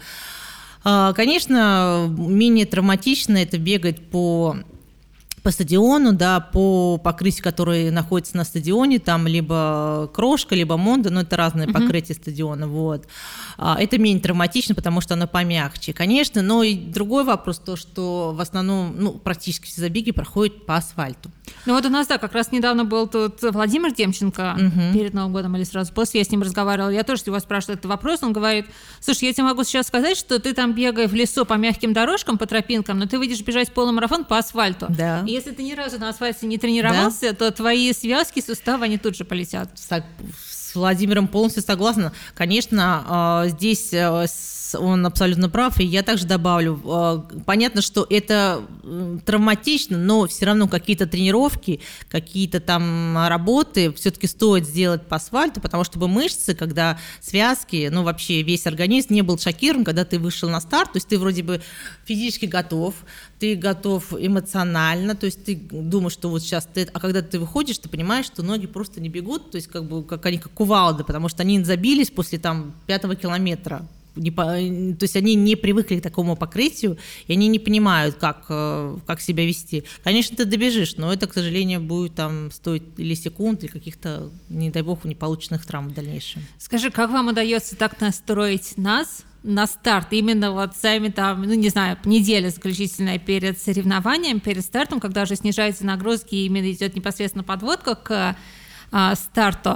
Конечно, менее травматично это бегать по стадиону, да, по покрытию, которое находится на стадионе, там либо крошка, либо монда, но это разное покрытие стадиона, вот. Это менее травматично, потому что оно помягче, конечно, но и другой вопрос, то, что в основном, практически все забеги проходят по асфальту. Ну вот у нас, да, как раз недавно был тут Владимир Демченко перед Новым годом или сразу после, я с ним разговаривала, я тоже его спрашивала этот вопрос, он говорит: слушай, я тебе могу сейчас сказать, что ты там бегай в лесу по мягким дорожкам, по тропинкам, но ты выйдешь бежать полумарафон по асфальту. Да. И если ты ни разу на асфальте не тренировался, то твои связки, суставы, они тут же полетят. С Владимиром полностью согласна. Конечно, здесь он абсолютно прав, и я также добавлю, понятно, что это травматично, но все равно какие-то тренировки, какие-то там работы все-таки стоит сделать по асфальту, потому что мышцы, когда связки, вообще весь организм не был шокирован, когда ты вышел на старт, то есть ты вроде бы физически готов, ты готов эмоционально, то есть ты думаешь, что вот сейчас а когда ты выходишь, ты понимаешь, что ноги просто не бегут, то есть как они как кувалды, потому что они забились после 5-го километра. То есть они не привыкли к такому покрытию, и они не понимают, как себя вести. Конечно, ты добежишь, но это, к сожалению, будет стоить или секунд, или каких-то, не дай бог, неполученных травм в дальнейшем. Скажи, как вам удается так настроить нас на старт, именно вот сами неделя заключительная перед соревнованием, перед стартом, когда уже снижаются нагрузки и именно идет непосредственно подводка к старту?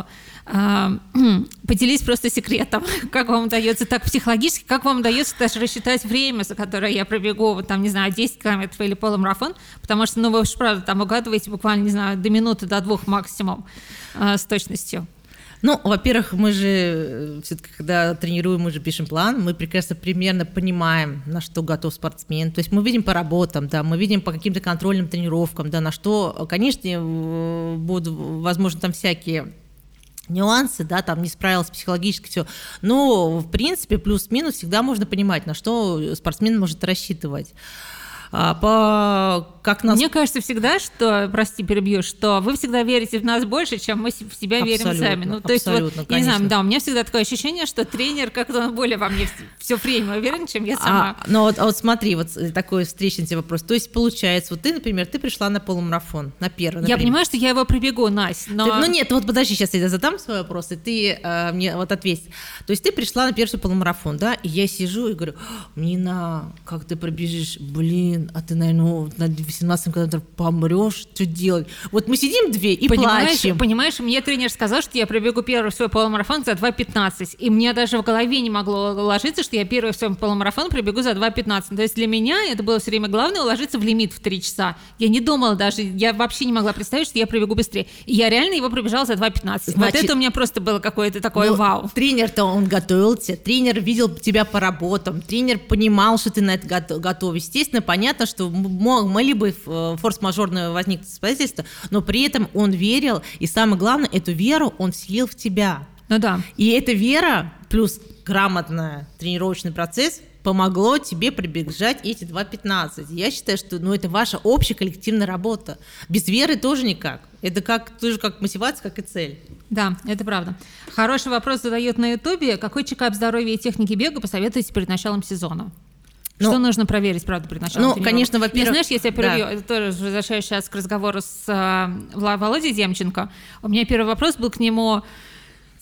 Поделись просто секретом, как вам удается так психологически, как вам удается даже рассчитать время, за которое я пробегу, 10 километров или полумарафон, потому что, вы уж правда там угадываете буквально, до минуты, до 2 максимум с точностью. Во-первых, мы же все-таки, когда тренируем, мы же пишем план, мы прекрасно примерно понимаем, на что готов спортсмен. То есть мы видим по работам, да, мы видим по каким-то контрольным тренировкам, да, на что, конечно, будут, возможно, там всякие нюансы, да, там не справился психологически, все. Но, в принципе, плюс-минус всегда можно понимать, на что спортсмен может рассчитывать. Мне кажется всегда, что, прости, перебью, что вы всегда верите в нас больше, чем мы в себя верим сами. То есть, я не знаю, да, у меня всегда такое ощущение, что тренер как-то более во мне все время уверен, чем я сама. Вот смотри, вот такой встречный тебе вопрос. То есть, получается, ты, например, ты пришла на полумарафон, на первый, например. Я понимаю, что я его пробегу, Настя, но... Нет, подожди, сейчас я задам свой вопрос, и ты мне ответь. То есть, ты пришла на первый полумарафон, да, и я сижу и говорю: Нина, как ты пробежишь, а ты, наверное, на 18 километров помрешь, что делать? Вот мы сидим и плачем. Понимаешь, мне тренер сказал, что я пробегу первый свой полумарафон за 2:15, и мне даже в голове не могло уложиться, что я первый свой полумарафон пробегу за 2:15. То есть для меня это было все время главное — уложиться в лимит в 3 часа. Я не думала даже, я вообще не могла представить, что я пробегу быстрее. И я реально его пробежала за 2:15. Вот это у меня просто было какое-то такое вау. Тренер-то, он готовился, тренер видел тебя по работам, тренер понимал, что ты на это готов. Естественно, понятно, что могли бы форс-мажорное возникнуть обстоятельства, но при этом он верил, и самое главное, эту веру он вселил в тебя. Да. И эта вера плюс грамотный тренировочный процесс помогло тебе пробежать эти 2:15. Я считаю, что это ваша общая коллективная работа. Без веры тоже никак. Это тоже как мотивация, как и цель. Да, это правда. Хороший вопрос задают на Ютубе. Какой чекап здоровья и техники бега посоветуете перед началом сезона? Что нужно проверить, правда, перед началом тренировки? Конечно, во-первых... Знаешь, если я перебью, тоже возвращаюсь сейчас к разговору с Володей Демченко, у меня первый вопрос был к нему: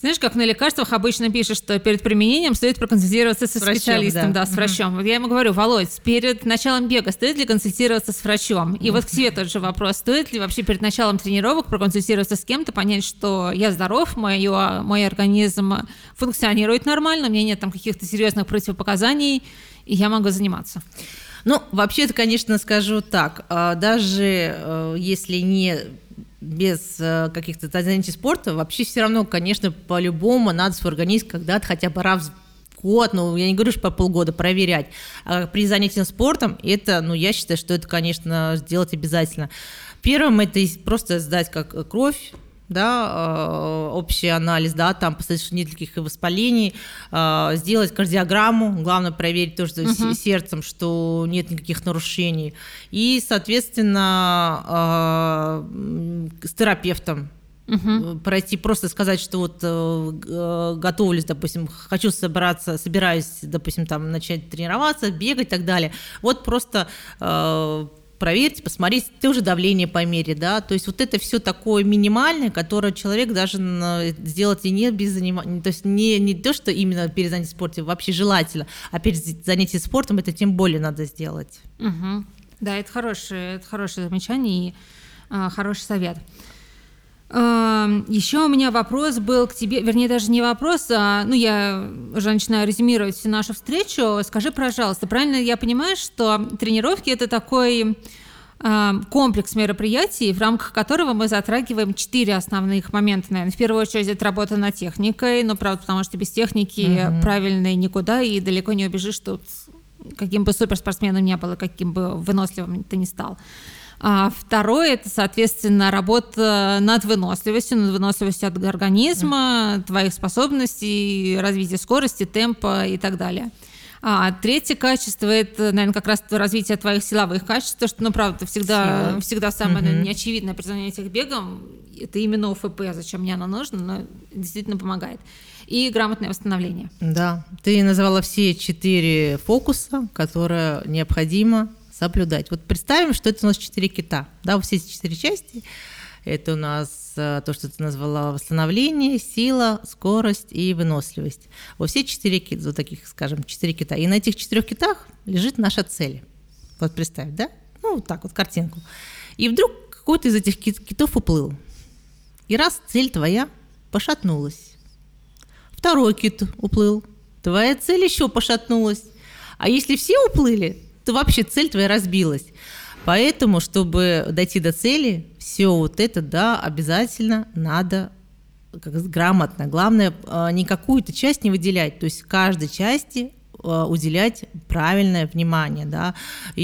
Знаешь, как на лекарствах обычно пишут, что перед применением стоит проконсультироваться со специалистом, да, с врачом. Вот я ему говорю: Володь, перед началом бега стоит ли консультироваться с врачом? И вот к тебе тот же вопрос: стоит ли вообще перед началом тренировок проконсультироваться с кем-то, понять, что я здоров, мой организм функционирует нормально, у меня нет там каких-то серьезных противопоказаний, и я могу заниматься. Ну, вообще-то, конечно, скажу так, даже если не без каких-то занятий спорта, вообще все равно, конечно, по-любому надо свой организм когда-то хотя бы раз в год, ну, я не говорю, что по полгода проверять, а при занятии спортом, это, ну, я считаю, что это, конечно, сделать обязательно. Первым это просто сдать как кровь, да, общий анализ, да, там посмотреть, что нет никаких воспалений, сделать кардиограмму, главное проверить тоже сердцем, что нет никаких нарушений, и, соответственно, с терапевтом пройти, просто сказать, что вот готовлюсь, допустим, собираюсь, допустим, там начать тренироваться, бегать и так далее, вот просто проверьте, посмотрите, тоже давление померить, да, то есть вот это все такое минимальное, которое человек даже сделать и не без занятия, то есть не то, что именно перед занятием спортом, вообще желательно, а перед занятием спортом это тем более надо сделать. Да, это хорошее замечание и хороший совет. Еще у меня вопрос был к тебе, вернее, даже не вопрос, я уже начинаю резюмировать всю нашу встречу. Скажи, пожалуйста, правильно я понимаю, что тренировки — это такой комплекс мероприятий, в рамках которого мы затрагиваем 4 основных момента, наверное. В первую очередь, это работа над техникой, но, правда, потому что без техники правильной никуда, и далеко не убежишь, что каким бы суперспортсменом ни был, каким бы выносливым ты ни стал. Второе — это, соответственно, работа над выносливостью от организма, твоих способностей, развития скорости, темпа и так далее. Третье качество — это, наверное, как раз развитие твоих силовых качеств, то, что, правда, всегда самое неочевидное при занятиях бегом — это именно ОФП, зачем мне оно нужно, но действительно помогает. И грамотное восстановление. Да, ты назвала все 4 фокуса, которые необходимо соблюдать. Вот представим, что это у нас 4 кита, да, все эти 4 части. Это у нас то, что ты назвала: восстановление, сила, скорость и выносливость. Вот все 4 кита, вот таких, скажем, 4 кита. И на этих 4 китах лежит наша цель. Вот представь, да? Ну, вот так вот, картинку. И вдруг какой-то из этих китов уплыл. И раз цель твоя пошатнулась. Второй кит уплыл. Твоя цель еще пошатнулась. А если все уплыли, то вообще цель твоя разбилась. Поэтому, чтобы дойти до цели, все вот это, да, обязательно надо грамотно. Главное, ни какую-то часть не выделять, то есть каждой части уделять правильное внимание, да.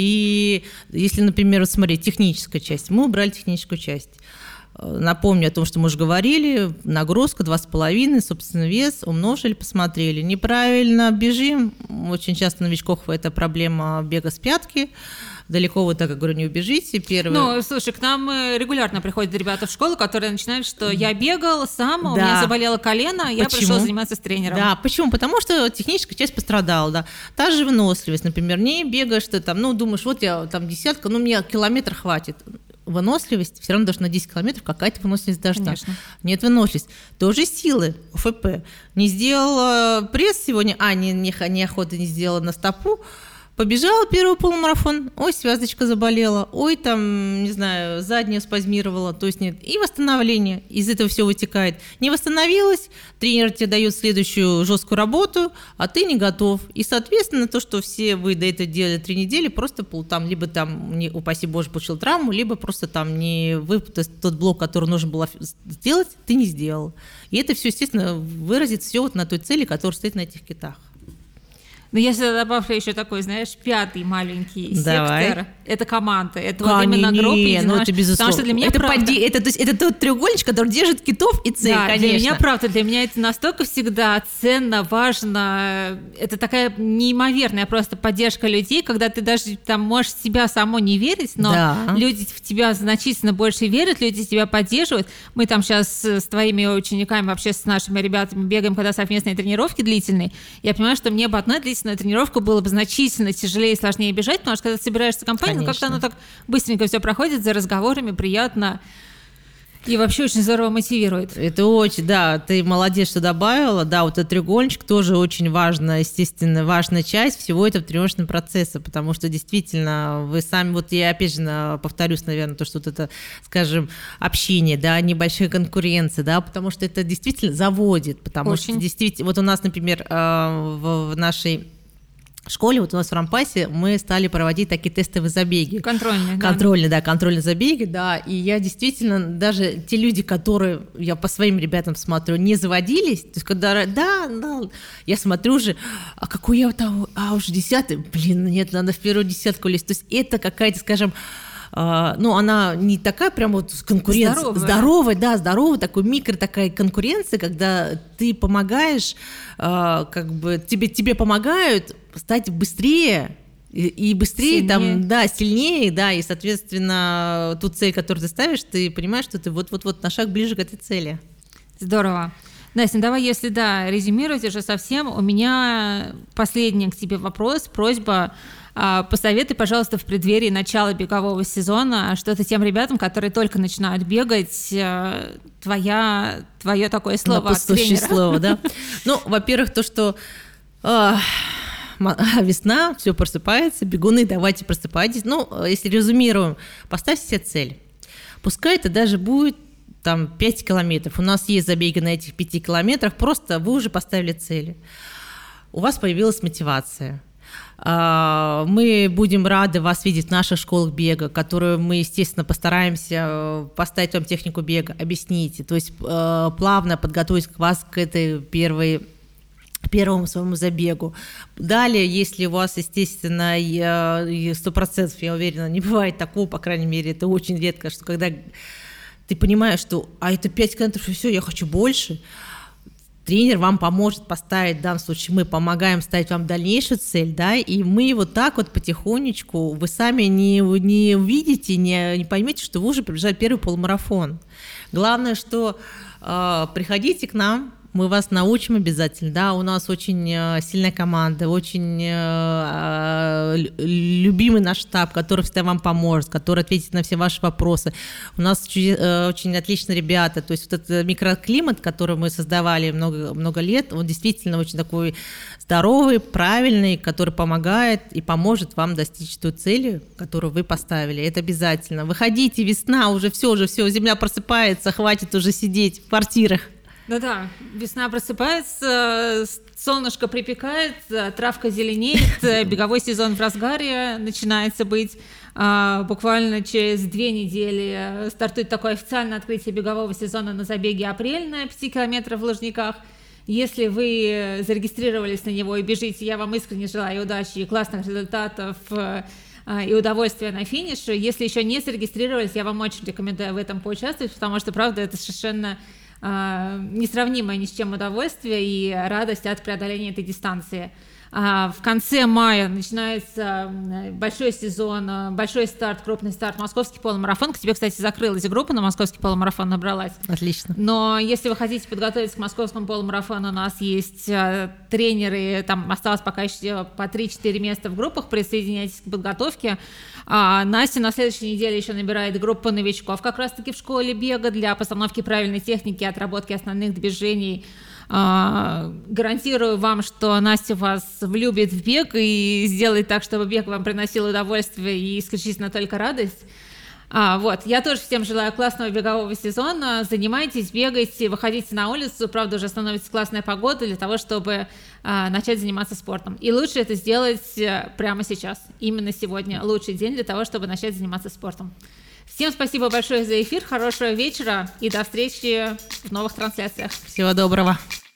И если, например, вот смотри, техническая часть, мы убрали техническую часть. Напомню о том, что мы уже говорили: нагрузка 2,5, собственно, вес, умножили, посмотрели. Неправильно бежим, очень часто новичков это проблема бега с пятки. Далеко вы, так как говорю, не убежите. Ну, слушай, к нам регулярно приходят ребята в школу, которые начинают, что я бегал сам, у меня заболело колено, я пришел заниматься с тренером. Да, почему? Потому что техническая часть пострадала, да. Та же выносливость, например, не бегаешь ты там, думаешь, вот я там 10, мне километр хватит. Выносливость, все равно даже на 10 километров какая-то выносливость должна. Конечно. Нет выносливости. Тоже силы, ОФП. Не сделала пресс сегодня, неохота не сделала на стопу, побежала первый полумарафон, ой, связочка заболела, ой, там, не знаю, заднюю спазмировала, то есть нет. И восстановление из этого все вытекает. Не восстановилась, тренер тебе дает следующую жесткую работу, а ты не готов. И, соответственно, то, что все вы до этого делали 3 недели, просто там, либо там, не, упаси Боже, получил травму, либо просто там тот блок, который нужно было сделать, ты не сделал. И это все, естественно, выразится все вот на той цели, которая стоит на этих китах. Но я сюда добавлю еще такой, знаешь, 5-й маленький сектор. Это команда, это вот именно группа. Это безусловно. Потому что для меня это тот треугольничек, который держит китов и цель, да, конечно. Для меня это настолько всегда ценно, важно. Это такая неимоверная просто поддержка людей, когда ты даже там можешь в себя само не верить, но люди в тебя значительно больше верят, люди тебя поддерживают. Мы там сейчас с твоими учениками, вообще с нашими ребятами бегаем, когда совместные тренировки длительные. Я понимаю, что мне бы одна длительная тренировка было бы значительно тяжелее и сложнее бежать, потому что когда ты собираешься в компанию, как-то оно так быстренько все проходит, за разговорами, приятно. И вообще очень здорово мотивирует. Это очень, да, ты молодец, что добавила. Да, вот этот треугольничек тоже очень важно, естественно, важная часть всего этого тренировочного процесса, потому что действительно вы сами, вот я опять же повторюсь, наверное, то, что вот это, скажем, общение, да, небольшая конкуренция, да, потому что это действительно заводит, потому очень. что действительно, вот у нас, например, в нашей в школе, вот у нас в Рампасе, мы стали проводить такие тестовые забеги. Контрольные забеги, да. И я действительно, даже те люди, которые, я по своим ребятам смотрю, не заводились, то есть когда, да, я смотрю уже, а какой я там, уже 10-й, нет, надо в первую десятку лезть. То есть это какая-то, скажем, она не такая прям вот конкуренция, здоровая, такой микро такая конкуренция, когда ты помогаешь, как бы тебе помогают стать быстрее и быстрее, сильнее, да, и, соответственно, ту цель, которую ты ставишь, ты понимаешь, что ты вот на шаг ближе к этой цели. Здорово. Настя, давай, если резюмировать уже совсем, у меня последний к тебе вопрос, просьба. Посоветуй, пожалуйста, в преддверии начала бегового сезона что-то тем ребятам, которые только начинают бегать, твое такое слово от тренера. Слово, да? Во-первых, то, что весна, все просыпается, бегуны, давайте просыпайтесь. Если резюмируем, поставьте себе цель. Пускай это даже будет 5 километров. У нас есть забеги на этих 5 километрах, просто вы уже поставили цели. У вас появилась мотивация. Мы будем рады вас видеть в наших школах бега, которую мы, естественно, постараемся поставить вам технику бега, объяснить, то есть плавно подготовить вас к этой первому своему забегу. Далее, если у вас, естественно, 100%, я уверена, не бывает такого, по крайней мере, это очень редко, что когда ты понимаешь, что это 5 километров, и все, я хочу больше, тренер вам поможет поставить, в данном случае мы помогаем ставить вам дальнейшую цель, да, и мы вот так вот потихонечку, вы сами не увидите, не поймете, что вы уже пробежали первый полумарафон. Главное, что приходите к нам, мы вас научим обязательно, да, у нас очень сильная команда, очень любимый наш штаб, который всегда вам поможет, который ответит на все ваши вопросы. У нас очень отличные ребята, то есть вот этот микроклимат, который мы создавали много лет, он действительно очень такой здоровый, правильный, который помогает и поможет вам достичь той цели, которую вы поставили. Это обязательно. Выходите, весна, уже все, земля просыпается, хватит уже сидеть в квартирах. Да, весна просыпается, солнышко припекает, травка зеленеет, беговой сезон в разгаре начинается быть. Буквально через 2 недели стартует такое официальное открытие бегового сезона на забеге «Апрель» на 5 километров в Лужниках. Если вы зарегистрировались на него и бежите, я вам искренне желаю удачи и классных результатов и удовольствия на финише. Если еще не зарегистрировались, я вам очень рекомендую в этом поучаствовать, потому что, правда, это совершенно несравнимое ни с чем удовольствие и радость от преодоления этой дистанции. В конце мая начинается большой сезон, большой старт, крупный старт, московский полумарафон. К тебе, кстати, закрылась группа на московский полумарафон, набралась. Отлично. Но если вы хотите подготовиться к московскому полумарафону, у нас есть тренеры, там осталось пока еще по 3-4 места в группах, присоединяйтесь к подготовке. Настя на следующей неделе еще набирает группу новичков как раз-таки в школе бега для постановки правильной техники, отработки основных движений. Гарантирую вам, что Настя вас влюбит в бег и сделает так, чтобы бег вам приносил удовольствие и исключительно только радость. Я тоже всем желаю классного бегового сезона. Занимайтесь, бегайте, выходите на улицу. Правда, уже становится классная погода для того, чтобы начать заниматься спортом. И лучше это сделать прямо сейчас. Именно сегодня лучший день для того, чтобы начать заниматься спортом. Всем спасибо большое за эфир, хорошего вечера и до встречи в новых трансляциях. Всего доброго.